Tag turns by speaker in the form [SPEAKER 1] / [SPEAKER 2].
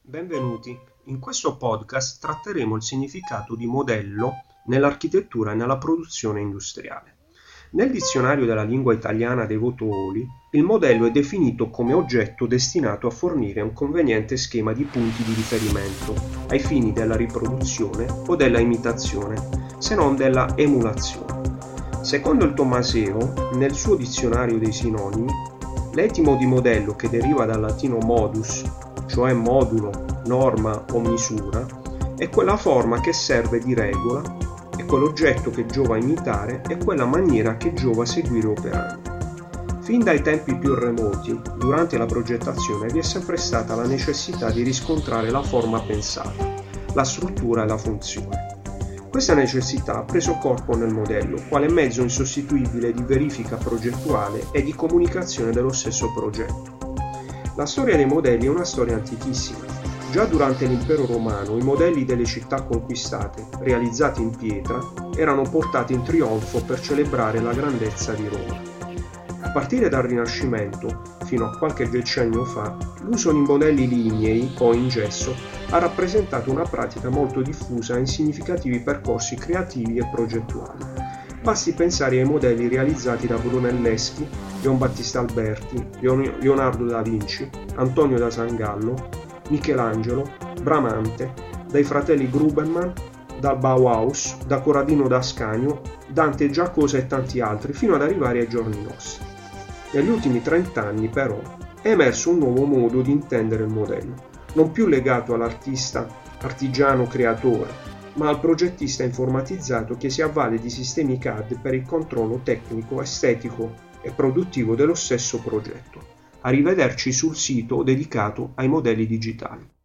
[SPEAKER 1] Benvenuti. In questo podcast tratteremo il significato di modello nell'architettura e nella produzione industriale. Nel dizionario della lingua italiana dei Votuoli, il modello è definito come oggetto destinato a fornire un conveniente schema di punti di riferimento ai fini della riproduzione o della imitazione, se non della emulazione. Secondo il Tommaseo, nel suo dizionario dei sinonimi, l'etimo di modello, che deriva dal latino modus, cioè modulo, norma o misura, è quella forma che serve di regola, è quell'oggetto che giova imitare, è quella maniera che giova seguire operando. Fin dai tempi più remoti, durante la progettazione vi è sempre stata la necessità di riscontrare la forma pensata, la struttura e la funzione. Questa necessità ha preso corpo nel modello, quale mezzo insostituibile di verifica progettuale e di comunicazione dello stesso progetto. La storia dei modelli è una storia antichissima. Già durante l'impero romano i modelli delle città conquistate, realizzati in pietra, erano portati in trionfo per celebrare la grandezza di Roma. A partire dal Rinascimento, fino a qualche decennio fa, l'uso di modelli lignei o in gesso ha rappresentato una pratica molto diffusa in significativi percorsi creativi e progettuali. Basti pensare ai modelli realizzati da Brunelleschi, Leon Battista Alberti, Leonardo da Vinci, Antonio da Sangallo, Michelangelo, Bramante, dai fratelli Grubenman, dal Bauhaus, da Corradino da Ascanio, Dante Giacosa e tanti altri, fino ad arrivare ai giorni nostri. Negli ultimi 30 anni, però, è emerso un nuovo modo di intendere il modello, non più legato all'artista, artigiano, creatore, ma al progettista informatizzato che si avvale di sistemi CAD per il controllo tecnico, estetico e produttivo dello stesso progetto. Arrivederci sul sito dedicato ai modelli digitali.